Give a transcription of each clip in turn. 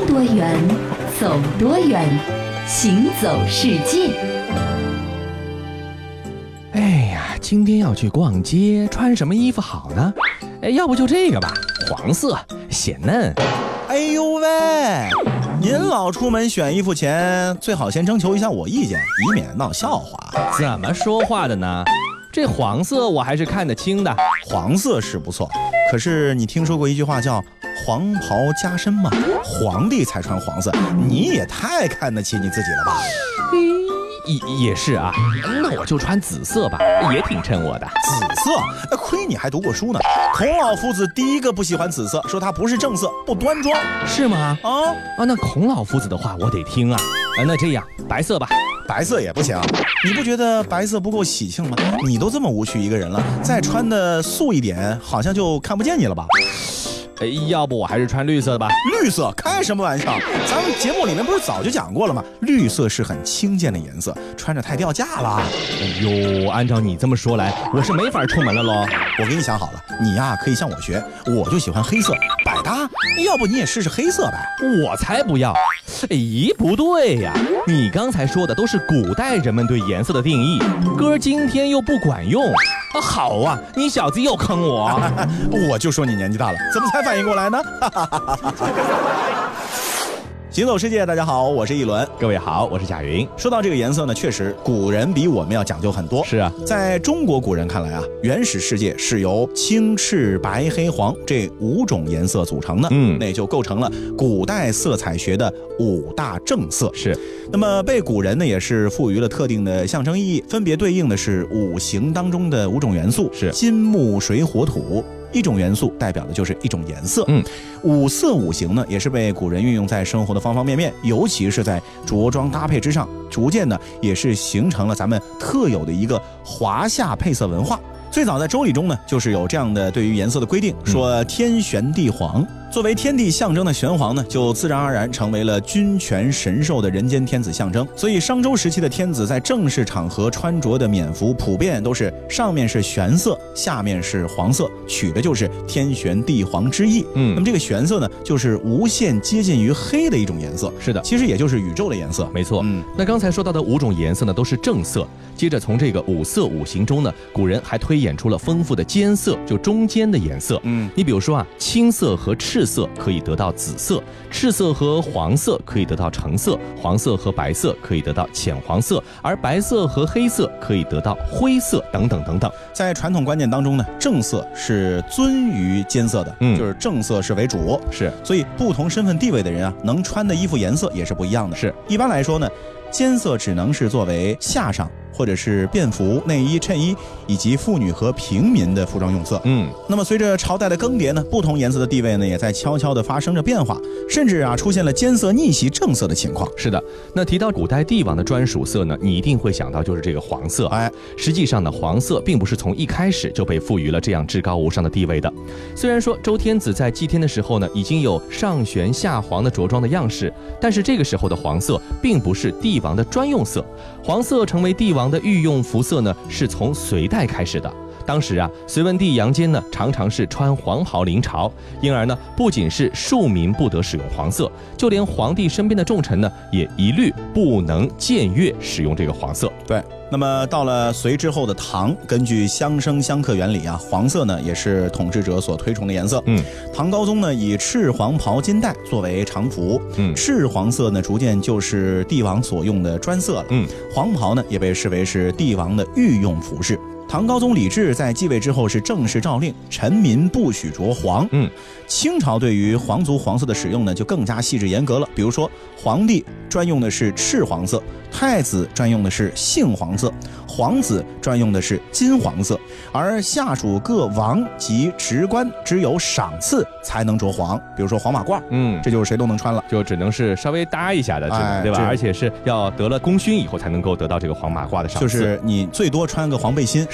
多远，走多远，行走世界。 哎呀，今天要去逛街，穿什么衣服好呢？要不就这个吧，黄色，显嫩。 哎呦喂，您老出门选衣服前，最好先征求一下我意见，以免闹笑话。 怎么说话的呢？这黄色我还是看得清的。 黄色是不错，可是你听说过一句话叫黄袍加身吗？皇帝才穿黄色，你也太看得起你自己了吧？ 也是啊，那我就穿紫色吧，也挺衬我的。 紫色？亏你还读过书呢。孔老夫子第一个不喜欢紫色，说它不是正色，不端庄。 是吗？那孔老夫子的话我得听啊。那这样，白色吧。 白色也不行，你不觉得白色不够喜庆吗？你都这么无趣一个人了，再穿的素一点，好像就看不见你了吧？ 要不我还是穿绿色的吧？ 绿色？开什么玩笑！咱们节目里面不是早就讲过了吗？绿色是很轻贱的颜色，穿着太掉价了。 哎呦，按照你这么说来，我是没法出门了喽。 我给你想好了，你呀可以向我学，我就喜欢黑色，百搭。要不你也试试黑色呗？ 我才不要！不对呀，你刚才说的都是古代人们对颜色的定义，哥今天又不管用。好啊，你小子又坑我！ 我就说你年纪大了，怎么才反应过来呢？行走世界，大家好，我是一轮。 各位好，我是贾云。 说到这个颜色呢，确实古人比我们要讲究很多。 是啊， 在中国古人看来啊，原始世界是由青、赤、白、黑、黄这5种颜色组成的。那也就构成了古代色彩学的5大正色。 是， 那么被古人呢也是赋予了特定的象征意义，分别对应的是5行当中的5种元素， 是金木水火土。一种元素代表的就是一种颜色。5色5行呢，也是被古人运用在生活的方方面面，尤其是在着装搭配之上，逐渐呢也是形成了咱们特有的一个华夏配色文化。最早在周礼中呢，就是有这样的对于颜色的规定，说天玄地黄。作为天地象征的玄黄呢，就自然而然成为了君权神授的人间天子象征。所以商周时期的天子在正式场合穿着的冕服，普遍都是上面是玄色，下面是黄色，取的就是天玄地黄之意。那么这个玄色呢，就是无限接近于黑的一种颜色。 是的， 其实也就是宇宙的颜色。 没错。那刚才说到的5种颜色呢，都是正色。接着从这个5色5行中呢，古人还推演出了丰富的间色，就中间的颜色。你比如说啊，青色和赤色可以得到紫色，赤色和黄色可以得到橙色，黄色和白色可以得到浅黄色，而白色和黑色可以得到灰色，等等等等。 在传统观念当中呢，正色是尊于间色的，就是正色是为主。 是， 所以不同身份地位的人啊，能穿的衣服颜色也是不一样的。 是， 一般来说呢，间色只能是作为下裳或者是便服、内衣、衬衣以及妇女和平民的服装用色。那么随着朝代的更迭呢，不同颜色的地位呢也在悄悄地发生着变化，甚至啊出现了间色逆袭正色的情况。 是的，那提到古代帝王的专属色呢，你一定会想到就是这个黄色。实际上呢，黄色并不是从一开始就被赋予了这样至高无上的地位的。虽然说周天子在祭天的时候呢，已经有上玄下黄的着装的样式，但是这个时候的黄色并不是帝王的专用色。黄色成为帝王的御用服色呢，是从隋代开始的。当时啊，隋文帝杨坚呢，常常是穿黄袍临朝，因而呢，不仅是庶民不得使用黄色，就连皇帝身边的重臣呢，也一律不能僭越使用这个黄色。 对。那么到了隋之后的唐，根据相生相克原理啊，黄色呢也是统治者所推崇的颜色。唐高宗呢以赤黄袍金带作为常服，赤黄色呢逐渐就是帝王所用的专色了。黄袍呢也被视为是帝王的御用服饰。唐高宗李治在继位之后是正式诏令臣民不许着黄。清朝对于皇族黄色的使用呢就更加细致严格了，比如说皇帝专用的是赤黄色，太子专用的是杏黄色，皇子专用的是金黄色，而下属各王及职官只有赏赐才能着黄，比如说黄马褂，这就是谁都能穿了， 就只能是稍微搭一下的，对吧？而且是要得了功勋以后才能够得到这个黄马褂的赏赐， 就是你最多穿个黄背心，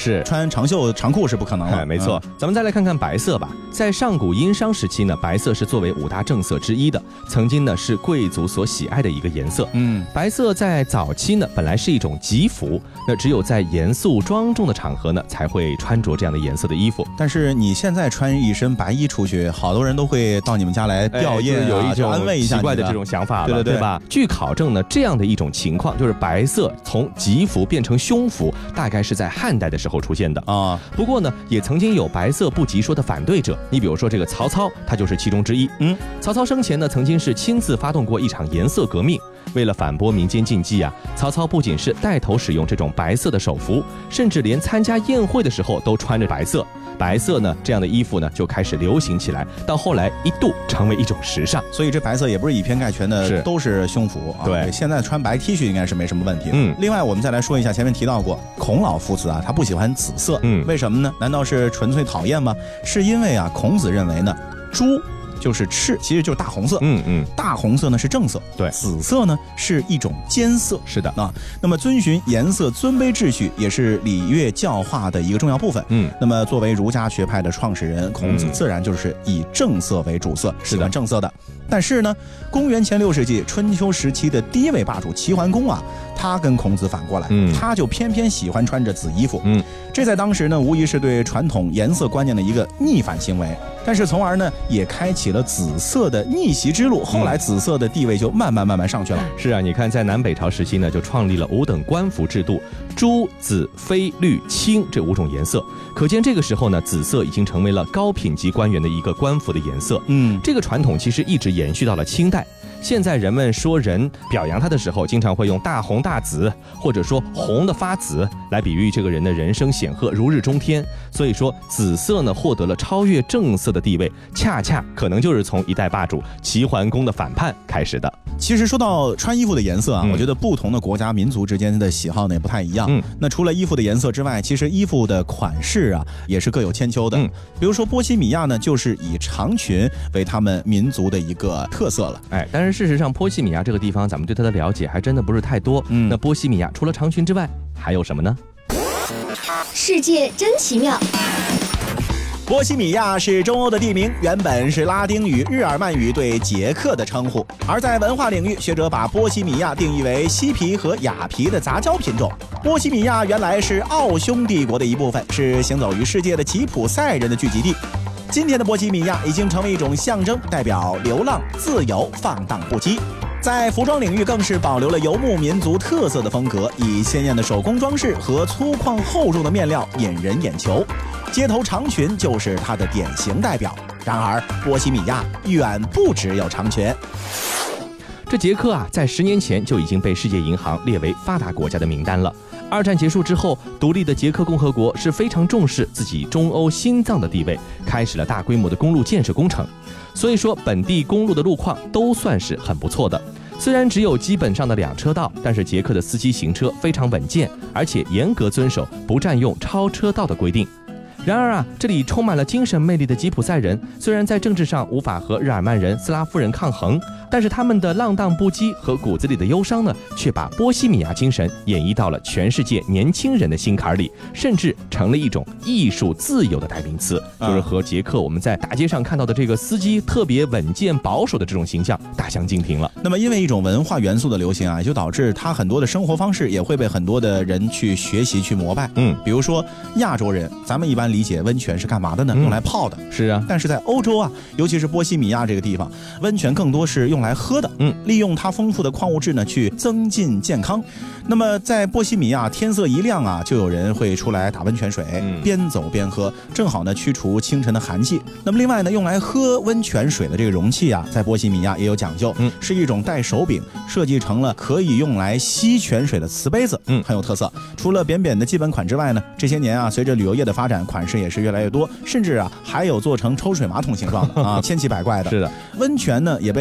是穿长袖长裤是不可能了。 没错，咱们再来看看白色吧。在上古殷商时期呢，白色是作为5大正色之一的，曾经呢是贵族所喜爱的一个颜色。白色在早期呢本来是一种吉服，那只有在严肃庄重的场合呢才会穿着这样的颜色的衣服。 但是你现在穿一身白衣出去，好多人都会到你们家来吊唁， 有一种安慰一下奇怪的这种想法了，对吧？据考证呢，这样的一种情况就是白色从吉服变成凶服，大概是在汉代的时候出现的啊。不过呢，也曾经有白色不吉说的反对者，你比如说这个曹操，他就是其中之一。曹操生前呢，曾经是亲自发动过一场颜色革命。为了反驳民间禁忌啊，曹操不仅是带头使用这种白色的手服，甚至连参加宴会的时候都穿着白色。白色呢，这样的衣服呢就开始流行起来，到后来一度成为一种时尚。 所以这白色也不是以偏概全的，都是胸服啊。 对， 现在穿白 T 恤应该是没什么问题。另外我们再来说一下，前面提到过孔老夫子啊，他不喜欢紫色。为什么呢？难道是纯粹讨厌吗？是因为啊，孔子认为呢，朱就是赤，其实就是大红色。大红色呢是正色， 对， 紫色呢是一种间色。 是的啊。那么遵循颜色尊卑秩序也是礼乐教化的一个重要部分。那么作为儒家学派的创始人，孔子自然就是以正色为主色，喜欢正色的。但是呢，公元前6世纪春秋时期的第一位霸主齐桓公啊，他跟孔子反过来，他就偏偏喜欢穿着紫衣服。这在当时呢，无疑是对传统颜色观念的一个逆反行为。但是从而呢，也开启了紫色的逆袭之路。后来紫色的地位就慢慢上去了。 是啊，你看在南北朝时期呢，就创立了5等官服制度，朱、紫、绯、绿、青这5种颜色。可见这个时候呢，紫色已经成为了高品级官员的一个官服的颜色。这个传统其实一直延续到了清代。现在人们说人表扬他的时候，经常会用大红大紫，或者说红的发紫，来比喻这个人的人生显赫，如日中天。所以说紫色呢获得了超越正色的地位，恰恰可能就是从一代霸主齐桓公的反叛开始的。 其实说到穿衣服的颜色啊，我觉得不同的国家民族之间的喜好呢也不太一样。那除了衣服的颜色之外，其实衣服的款式啊也是各有千秋的。比如说波西米亚呢，就是以长裙为他们民族的一个特色了。 但是事实上波西米亚这个地方，咱们对它的了解还真的不是太多。那波西米亚除了长裙之外，还有什么呢？ 世界真奇妙。 波西米亚是中欧的地名，原本是拉丁语、日耳曼语对捷克的称呼。而在文化领域，学者把波西米亚定义为西皮和亚皮的杂交品种。波西米亚原来是奥匈帝国的一部分，是行走于世界的吉普赛人的聚集地。今天的波西米亚已经成为一种象征，代表流浪、自由、放荡不羁。在服装领域更是保留了游牧民族特色的风格，以鲜艳的手工装饰和粗犷厚重的面料引人眼球。街头长裙就是它的典型代表。然而，波西米亚远不只有长裙。 这捷克啊，在10年前就已经被世界银行列为发达国家的名单了。2战结束之后，独立的捷克共和国是非常重视自己中欧心脏的地位，开始了大规模的公路建设工程。所以说，本地公路的路况都算是很不错的。虽然只有基本上的2车道，但是捷克的司机行车非常稳健，而且严格遵守不占用超车道的规定。然而啊，这里充满了精神魅力的吉普赛人，虽然在政治上无法和日耳曼人、斯拉夫人抗衡，但是他们的浪荡不羁和骨子里的忧伤呢，却把波西米亚精神演绎到了全世界年轻人的心坎里，甚至成了一种艺术自由的代名词，就是和捷克我们在大街上看到的这个司机特别稳健保守的这种形象大相径庭了。 那么因为一种文化元素的流行啊，也就导致他很多的生活方式也会被很多的人去学习去膜拜。比如说亚洲人，咱们一般理解温泉是干嘛的呢？用来泡的。 是啊， 但是在欧洲啊，尤其是波西米亚这个地方，温泉更多是用来喝的。利用它丰富的矿物质呢，去增进健康。那么在波西米亚，天色一亮啊，就有人会出来打温泉水，边走边喝，正好呢驱除清晨的寒气。那么另外呢，用来喝温泉水的这个容器啊，在波西米亚也有讲究，是一种带手柄，设计成了可以用来吸泉水的瓷杯子，很有特色。除了扁扁的基本款之外呢，这些年啊，随着旅游业的发展，款式也是越来越多，甚至啊还有做成抽水马桶形状的啊，千奇百怪的。 是的， 温泉呢也被伊斯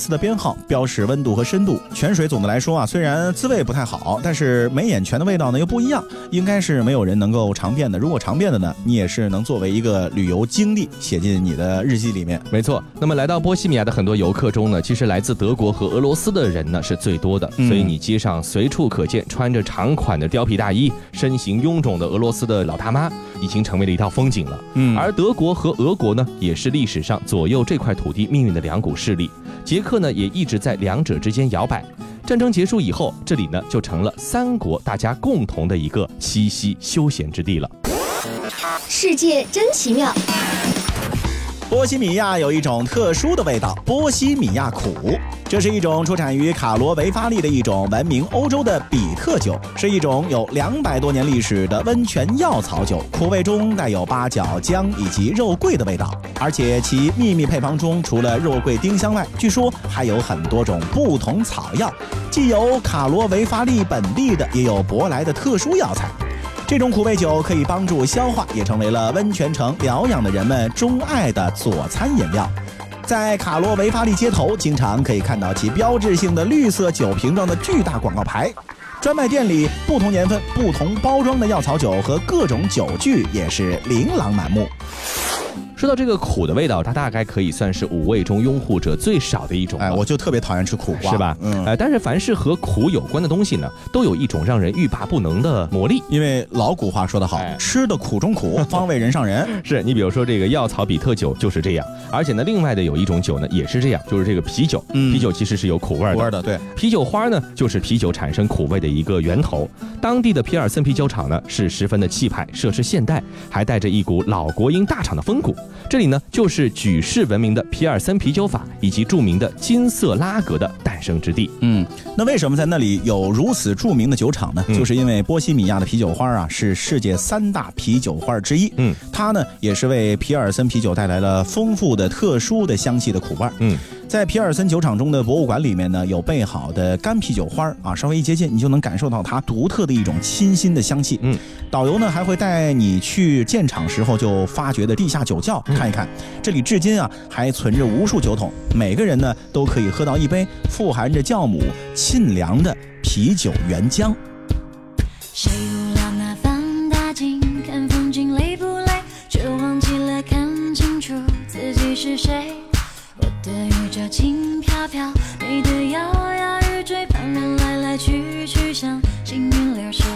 斯的编号标示温度和深度。泉水总的来说啊，虽然滋味不太好，但是没眼泉的味道呢又不一样，应该是没有人能够尝遍的。如果尝遍的呢，你也是能作为一个旅游经历写进你的日记里面。 没错，那么来到波西米亚的很多游客中呢，其实来自德国和俄罗斯的人呢是最多的，所以你街上随处可见穿着长款的貂皮大衣、身形臃肿的俄罗斯的老大妈，已经成为了一道风景了。而德国和俄国呢，也是历史上左右这块土地命运的两股势力。捷克呢，也一直在两者之间摇摆。战争结束以后，这里呢就成了三国大家共同的一个栖息休闲之地了。 世界真奇妙。 波西米亚有一种特殊的味道，波西米亚苦。这是一种出产于卡罗维发利的一种闻名欧洲的比特酒，是一种有200多年历史的温泉药草酒，苦味中带有八角、姜以及肉桂的味道，而且其秘密配方中除了肉桂丁香外，据说还有很多种不同草药，既有卡罗维发利本地的，也有舶来的特殊药材。这种苦味酒可以帮助消化，也成为了温泉城疗养的人们钟爱的佐餐饮料。在卡罗维发利街头，经常可以看到其标志性的绿色酒瓶状的巨大广告牌。专卖店里，不同年份、不同包装的药草酒和各种酒具也是琳琅满目。 说到这个苦的味道，它大概可以算是5味中拥护者最少的一种。 我就特别讨厌吃苦瓜， 是吧？但是凡是和苦有关的东西呢，都有一种让人欲罢不能的魔力。 因为老古话说得好，吃的苦中苦，方为人上人。 是你比如说这个药草比特酒就是这样，而且呢，另外的有一种酒呢也是这样，就是这个啤酒。啤酒其实是有苦味的。 苦味的，对。 啤酒花呢，就是啤酒产生苦味的一个源头。当地的皮尔森啤酒厂呢，是十分的气派，设施现代，还带着一股老国营大厂的风骨。这里呢，就是举世闻名的皮尔森啤酒法以及著名的金色拉格的诞生之地。 那为什么在那里有如此著名的酒厂呢？就是因为波西米亚的啤酒花啊，是世界3大啤酒花之一。它呢，也是为皮尔森啤酒带来了丰富的、特殊的香气的苦味。在皮尔森酒厂中的博物馆里面呢，有备好的干啤酒花啊，稍微一接近，你就能感受到它独特的一种清新的香气。导游呢还会带你去建厂时候就发掘的地下酒窖看一看，这里至今啊还存着无数酒桶，每个人呢都可以喝到一杯富含着酵母沁凉的啤酒原浆。 谁无聊拿放大镜看风景累不累，却忘记了看清楚自己是谁。我的宇宙轻飘飘，你的摇摇欲坠，旁人来来去去像行云流水。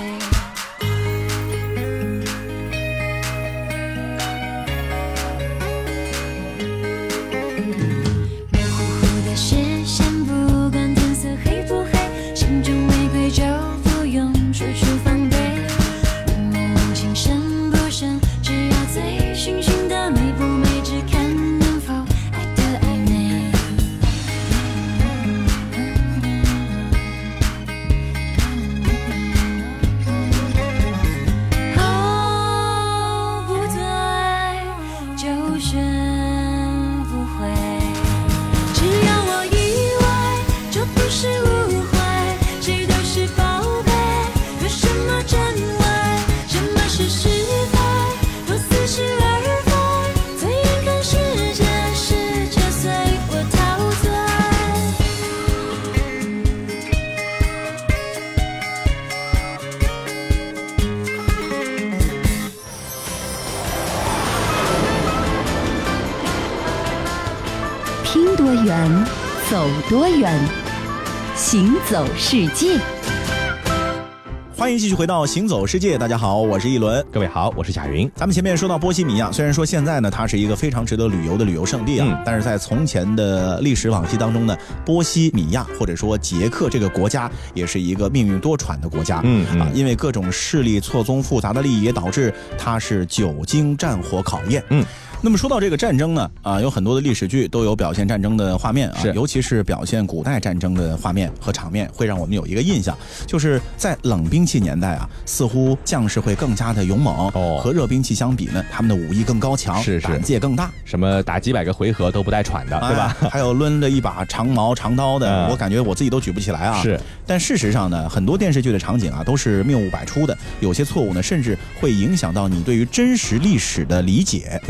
热乎乎的视线，不管天色黑不黑，心中玫瑰就不用处处防备。梦梦情深不深，只要醉醺醺的美不美，只看能否爱的暧昧。哦，不对，就学不会。只要我以为这不是误会，谁都是宝贝。可什么真伪，什么是是非，我似是而非。最眼看世界，世界随我陶醉。 拼多远，走多远，行走世界。 欢迎继续回到行走世界，大家好，我是一轮。 各位好，我是贾云。 咱们前面说到波西米亚，虽然说现在呢它是一个非常值得旅游的旅游胜地啊，但是在从前的历史往昔当中呢，波西米亚或者说捷克这个国家也是一个命运多舛的国家。因为各种势力错综复杂的利益也导致它是久经战火考验。那么说到这个战争呢，有很多的历史剧都有表现战争的画面啊，尤其是表现古代战争的画面和场面，会让我们有一个印象，就是在冷兵器年代啊，似乎将士会更加的勇猛，和热兵器相比呢，他们的武艺更高强，胆子也更大， 什么打几百个回合都不带喘的，对吧？ 还有抡着一把长矛长刀的，我感觉我自己都举不起来啊。 是， 但事实上呢，很多电视剧的场景啊都是谬误百出的，有些错误呢，甚至会影响到你对于真实历史的理解。 没错。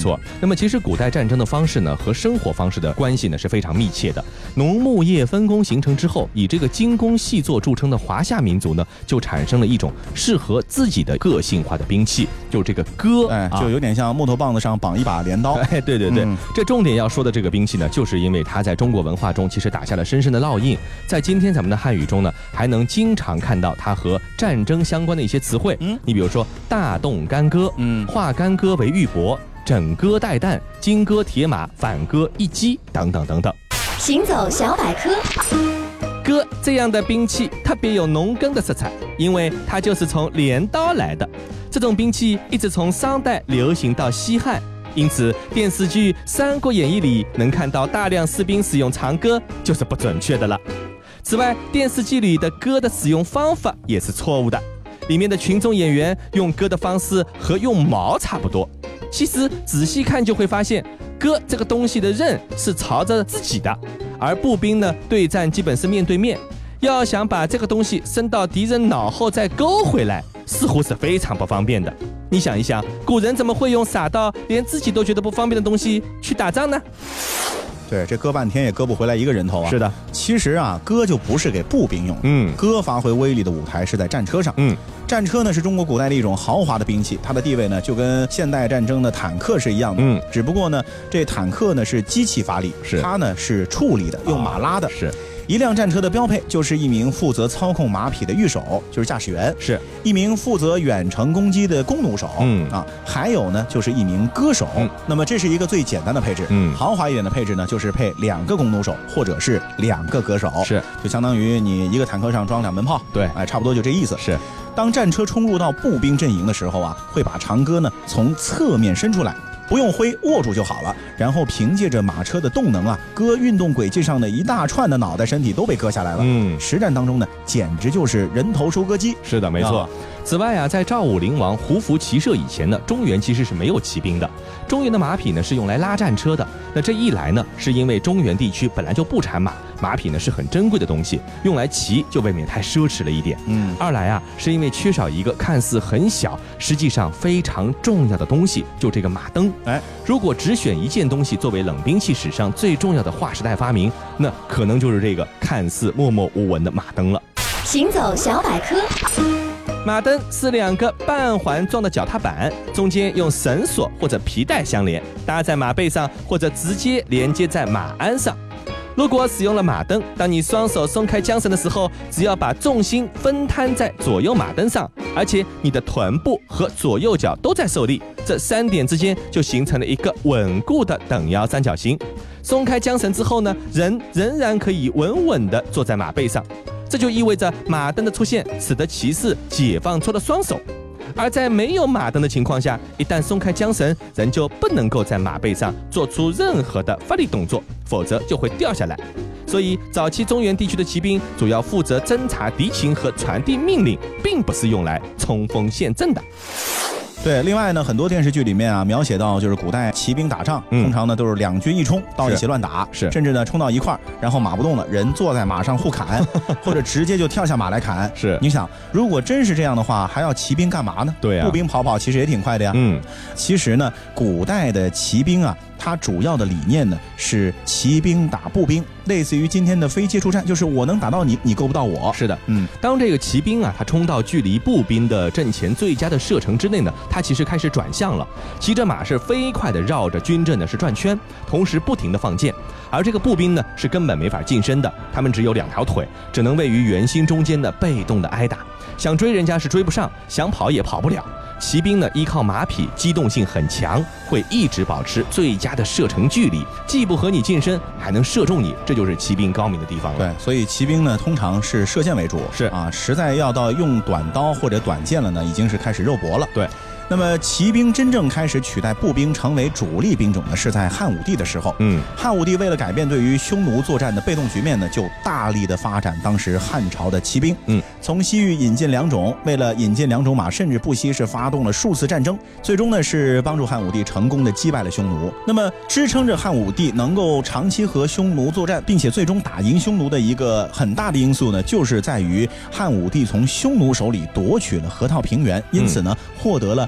错。那么其实古代战争的方式呢，和生活方式的关系呢是非常密切的。农牧业分工形成之后，以这个精工细作著称的华夏民族呢，就产生了一种适合自己的个性化的兵器，就是这个戈， 就有点像木头棒子上绑一把镰刀。 对对对，这重点要说的这个兵器呢，就是因为它在中国文化中其实打下了深深的烙印，在今天咱们的汉语中呢，还能经常看到它和战争相关的一些词汇。你比如说大动干戈，化干戈为玉帛，整戈带弹，金戈铁马，反戈一击等等等等。 行走小百科。 戈这样的兵器特别有农耕的色彩，因为它就是从镰刀来的。这种兵器一直从商代流行到西汉，因此电视剧《三国演义》里能看到大量士兵使用长戈就是不准确的了。此外，电视剧里的戈的使用方法也是错误的，里面的群众演员用戈的方式和用矛差不多。其实仔细看就会发现，戈这个东西的刃是朝着自己的，而步兵呢，对战基本是面对面，要想把这个东西伸到敌人脑后再勾回来，似乎是非常不方便的。你想一想，古人怎么会用傻到连自己都觉得不方便的东西去打仗呢？ 对，这割半天也割不回来一个人头啊！ 是的， 其实啊，戈就不是给步兵用的，戈发挥威力的舞台是在战车上。战车呢是中国古代的一种豪华的兵器，它的地位呢就跟现代战争的坦克是一样的。只不过呢，这坦克呢是机器发力，它呢是畜力的，用马拉的。 是。 一辆战车的标配就是一名负责操控马匹的御手，就是驾驶员， 是一名负责远程攻击的弓弩手，还有呢就是一名歌手。那么这是一个最简单的配置。豪华一点的配置呢，就是配2个弓弩手或者是2个歌手， 是就相当于你一个坦克上装2门炮。 对， 差不多就这意思。 是。 当战车冲入到步兵阵营的时候啊，会把长戈呢从侧面伸出来。不用挥，握住就好了，然后凭借着马车的动能啊，戈运动轨迹上的一大串的脑袋身体都被割下来了。实战当中呢，简直就是人头收割机。 是的，没错。此外啊，在赵武灵王胡服骑射以前呢，中原其实是没有骑兵的。中原的马匹呢是用来拉战车的。那这一来呢，是因为中原地区本来就不产马，马匹呢是很珍贵的东西，用来骑就未免太奢侈了一点。二来啊，是因为缺少一个看似很小，实际上非常重要的东西，就这个马灯。如果只选一件东西作为冷兵器史上最重要的划时代发明，那可能就是这个看似默默无闻的马灯了。 行走小百科。 马灯是2个半环状的脚踏板，中间用绳索或者皮带相连，搭在马背上或者直接连接在马鞍上。如果使用了马灯，当你双手松开缰绳的时候，只要把重心分摊在左右马灯上，而且你的臀部和左右脚都在受力，这3点之间就形成了一个稳固的等腰三角形。松开缰绳之后呢，人仍然可以稳稳地坐在马背上。这就意味着马灯的出现使得骑士解放出了双手，而在没有马灯的情况下，一旦松开缰绳，人就不能够在马背上做出任何的发力动作，否则就会掉下来。所以早期中原地区的骑兵主要负责侦察敌情和传递命令，并不是用来冲锋陷阵的。 对，另外呢，很多电视剧里面啊，描写到就是古代骑兵打仗，通常呢都是2军一冲，到一起乱打，甚至呢冲到一块儿，然后马不动了，人坐在马上互砍，或者直接就跳下马来砍。你想，如果真是这样的话，还要骑兵干嘛呢？对啊，步兵跑跑其实也挺快的呀。其实呢，古代的骑兵啊，它主要的理念呢是骑兵打步兵，类似于今天的非接触战，就是我能打到你，你够不到我。 是的，当这个骑兵啊，他冲到距离步兵的阵前最佳的射程之内呢，他其实开始转向了，骑着马是飞快的绕着军阵呢是转圈，同时不停的放箭。而这个步兵呢是根本没法近身的，他们只有2条腿，只能位于圆心中间的被动的挨打，想追人家是追不上，想跑也跑不了。骑兵呢依靠马匹机动性很强，会一直保持最佳的射程距离，既不和你近身，还能射中你，这就是骑兵高明的地方了。 对，所以骑兵呢通常是射箭为主， 是啊，实在要到用短刀或者短剑了呢，已经是开始肉搏了。 对。 那么骑兵真正开始取代步兵成为主力兵种呢，是在汉武帝的时候。汉武帝为了改变对于匈奴作战的被动局面呢，就大力的发展当时汉朝的骑兵。从西域引进2种，为了引进2种马，甚至不惜是发动了数次战争，最终呢是帮助汉武帝成功的击败了匈奴。那么支撑着汉武帝能够长期和匈奴作战，并且最终打赢匈奴的一个很大的因素呢，就是在于汉武帝从匈奴手里夺取了河套平原，因此呢获得了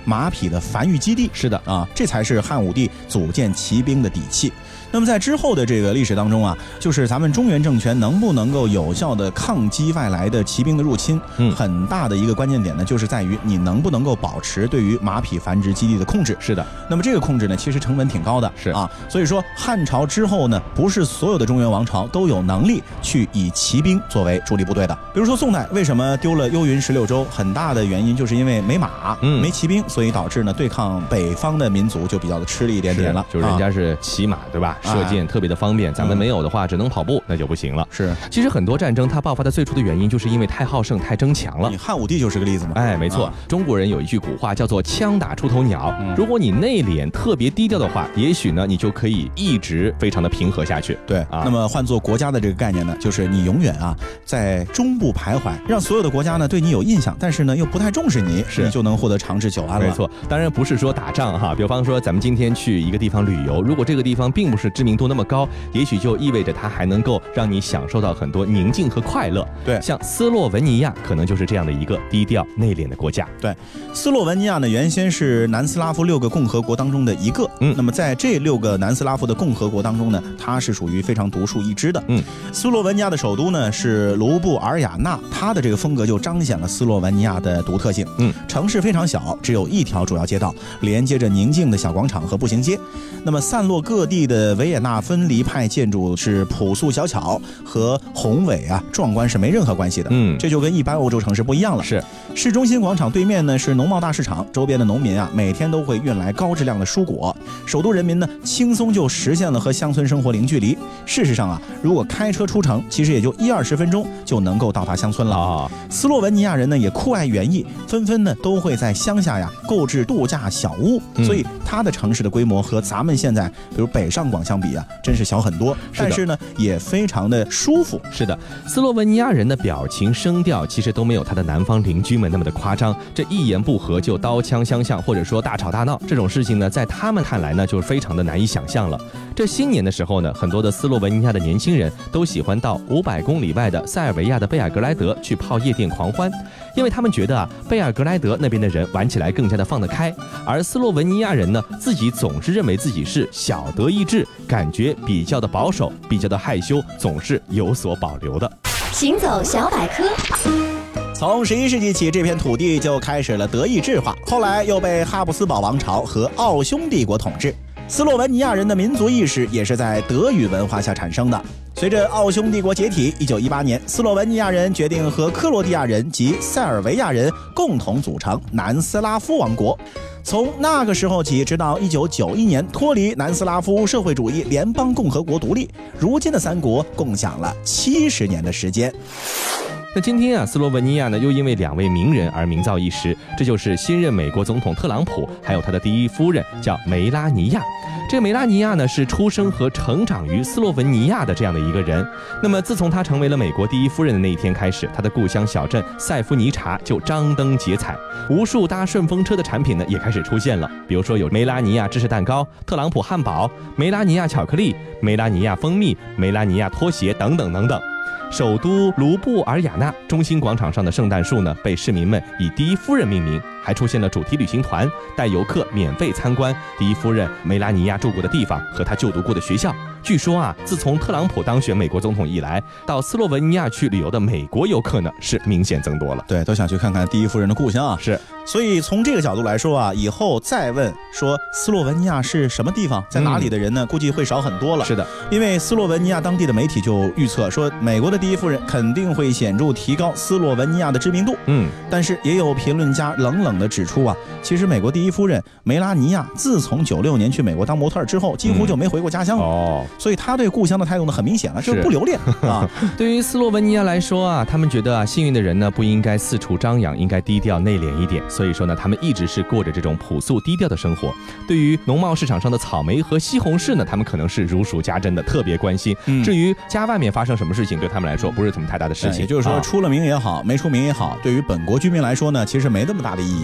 马匹的繁育基地。 是的啊，这才是汉武帝组建骑兵的底气。那么在之后的这个历史当中啊，就是咱们中原政权能不能够有效的抗击外来的骑兵的入侵，很大的一个关键点呢，就是在于你能不能够保持对于马匹繁殖基地的控制。 是的， 那么这个控制呢，其实成本挺高的， 是啊，所以说汉朝之后呢，不是所有的中原王朝都有能力去以骑兵作为主力部队的。比如说宋代为什么丢了幽云16州，很大的原因就是因为没马，没骑兵，所以导致呢对抗北方的民族就比较的吃力一点点了。 就人家是骑马，对吧？射箭特别的方便，咱们没有的话只能跑步，那就不行了。 是， 其实很多战争它爆发的最初的原因就是因为太好胜、太争强了。 你汉武帝就是个例子嘛。 哎，没错，中国人有一句古话叫做枪打出头鸟，如果你内敛特别低调的话，也许呢你就可以一直非常的平和下去。 对啊，那么换做国家的这个概念呢，就是你永远啊在中部徘徊，让所有的国家呢对你有印象，但是呢又不太重视你，你就能获得长治久安了。 没错，当然不是说打仗哈，比方说咱们今天去一个地方旅游，如果这个地方并不是知名度那么高，也许就意味着它还能够让你享受到很多宁静和快乐。 对， 像斯洛文尼亚可能就是这样的一个低调内敛的国家。 对，斯洛文尼亚呢原先是南斯拉夫6个共和国当中的一个，那么在这6个南斯拉夫的共和国当中呢，它是属于非常独树一帜的。斯洛文尼亚的首都呢是卢布尔雅纳，它的这个风格就彰显了斯洛文尼亚的独特性。城市非常小，只有一条主要街道，连接着宁静的小广场和步行街。那么散落各地的维也纳分离派建筑是朴素小巧，和宏伟啊壮观是没任何关系的。这就跟一般欧洲城市不一样了。 是， 市中心广场对面呢是农贸大市场，周边的农民啊每天都会运来高质量的蔬果，首都人民呢轻松就实现了和乡村生活零距离。事实上啊，如果开车出城，其实也就10-20分钟就能够到达乡村了。斯洛文尼亚人呢也酷爱园艺，纷纷呢都会在乡下呀购置度假小屋，所以它的城市的规模和咱们现在比如北上广相比啊，真是小很多，但是呢也非常的舒服。 是的，斯洛文尼亚人的表情声调其实都没有他的南方邻居们那么的夸张，这一言不合就刀枪相向，或者说大吵大闹，这种事情呢在他们看来呢就非常的难以想象了。这新年的时候呢，很多的斯洛文尼亚的年轻人都喜欢到500公里外的塞尔维亚的贝尔格莱德去泡夜店狂欢，因为他们觉得啊，贝尔格莱德那边的人玩起来更加的放得开，而斯洛文尼亚人呢，自己总是认为自己是小德意志，感觉比较的保守，比较的害羞，总是有所保留的。 行走小百科。 从11世纪起，这片土地就开始了德意志化，后来又被哈布斯堡王朝和奥匈帝国统治。斯洛文尼亚人的民族意识也是在德语文化下产生的。随着奥匈帝国解体，1918年，斯洛文尼亚人决定和克罗地亚人及塞尔维亚人共同组成南斯拉夫王国。从那个时候起，直到1991年脱离南斯拉夫社会主义联邦共和国独立，如今的3国共享了70年的时间。 那今天啊，斯洛文尼亚呢又因为2位名人而名噪一时，这就是新任美国总统特朗普，还有他的第一夫人叫梅拉尼亚。这个梅拉尼亚呢是出生和成长于斯洛文尼亚的这样的一个人。那么自从她成为了美国第一夫人的那一天开始，她的故乡小镇塞夫尼查就张灯结彩，无数搭顺风车的产品呢也开始出现了，比如说有梅拉尼亚芝士蛋糕、特朗普汉堡、梅拉尼亚巧克力、梅拉尼亚蜂蜜、梅拉尼亚拖鞋等等等等。首都卢布尔雅纳中心广场上的圣诞树呢，被市民们以第一夫人命名，还出现了主题旅行团，带游客免费参观第一夫人梅拉尼亚住过的地方和她就读过的学校。据说啊，自从特朗普当选美国总统以来，到斯洛文尼亚去旅游的美国游客呢是明显增多了。 对，都想去看看第一夫人的故乡啊。 是， 所以从这个角度来说啊，以后再问说斯洛文尼亚是什么地方，在哪里的人呢，估计会少很多了。 是的， 因为斯洛文尼亚当地的媒体就预测说，美国的第一夫人肯定会显著提高斯洛文尼亚的知名度。但是也有评论家冷冷地指出啊，其实美国第一夫人梅拉尼亚自从96年去美国当模特之后，几乎就没回过家乡了。所以她对故乡的态度呢很明显了，就是不留恋啊。 对于斯洛文尼亚来说啊，他们觉得啊，幸运的人呢不应该四处张扬，应该低调内敛一点。所以说呢，他们一直是过着这种朴素低调的生活。对于农贸市场上的草莓和西红柿呢，他们可能是如数家珍的，特别关心。至于家外面发生什么事情，对他们来说不是什么太大的事情。 也就是说，出了名也好，没出名也好，对于本国居民来说呢，其实没那么大的意义。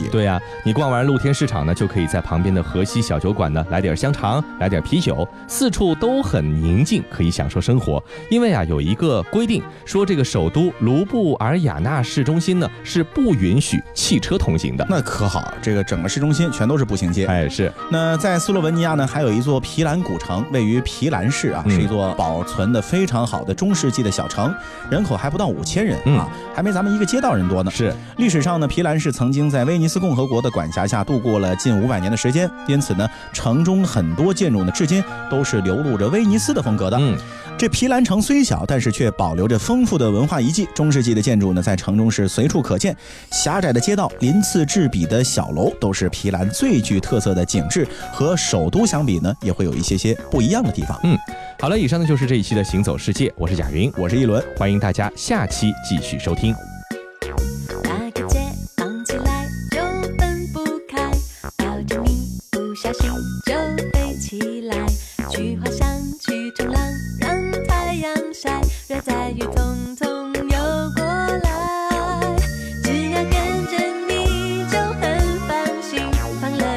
意。 对啊，你逛完露天市场呢，就可以在旁边的河西小酒馆呢来点香肠，来点啤酒，四处都很宁静，可以享受生活。因为啊有一个规定，说这个首都卢布尔雅纳市中心呢是不允许汽车通行的。 那可好，这个整个市中心全都是步行街。 哎，是。 那在斯洛文尼亚呢，还有一座皮兰古城，位于皮兰市啊，是一座保存的非常好的中世纪的小城，人口还不到5000人啊，还没咱们一个街道人多呢。 是。 历史上呢，皮兰市曾经在威尼斯共和国的管辖下度过了近500年的时间，因此呢，城中很多建筑呢，至今都是流露着威尼斯的风格的。这皮兰城虽小，但是却保留着丰富的文化遗迹。中世纪的建筑呢，在城中是随处可见。狭窄的街道、鳞次栉比的小楼，都是皮兰最具特色的景致。和首都相比呢，也会有一些不一样的地方。 好了，以上呢就是这一期的行走世界，我是贾云， 我是一轮， 欢迎大家下期继续收听。 那个街绑起来就分不开，抱着你不小心就飞起来，去滑翔去冲浪，让太阳晒，热带雨统统游过来，只要跟着你就很放心，放了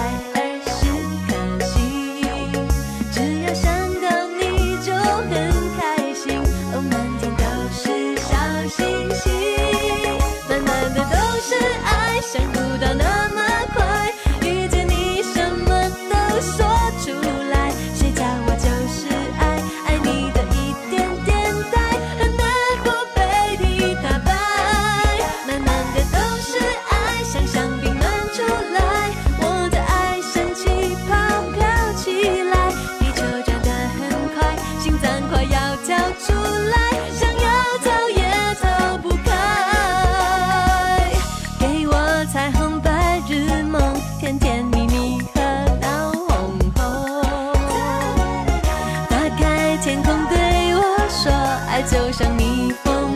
120颗心，只要想到你就很开心，哦，满天都是小星星，满满的都是爱，想不到那么快，遇见你什么都说出来，谁叫我就是爱，爱你的一点点呆，很难不被你打败，满满的都是爱，像香槟漫出来，我的爱像气泡飘起来，地球转得很快，心脏快要跳出来，想要逃也逃不开，给我彩虹白日梦，甜甜蜜蜜和闹哄哄，打开天空对我说，爱就像蜜蜂，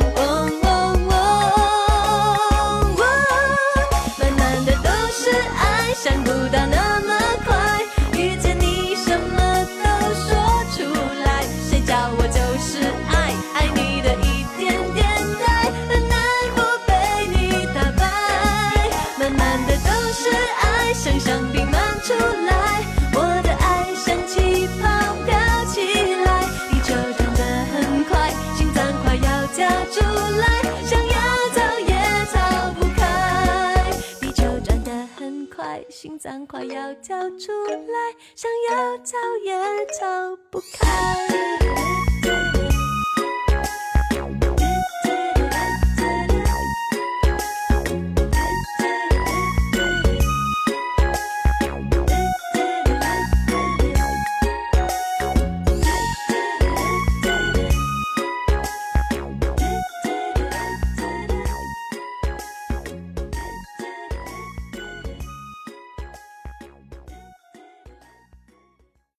满满的都是爱，想不到那么快，遇见你什么都说出来，谁叫我就是爱，爱你的一点点呆，很难不被你打败，满满的都是爱，像香槟漫出来，我的爱像气泡飘起来，地球转得很快，心脏快要跳出来，想要逃也逃不开，地球转得很快，心脏快要跳出来，想要逃也逃不开。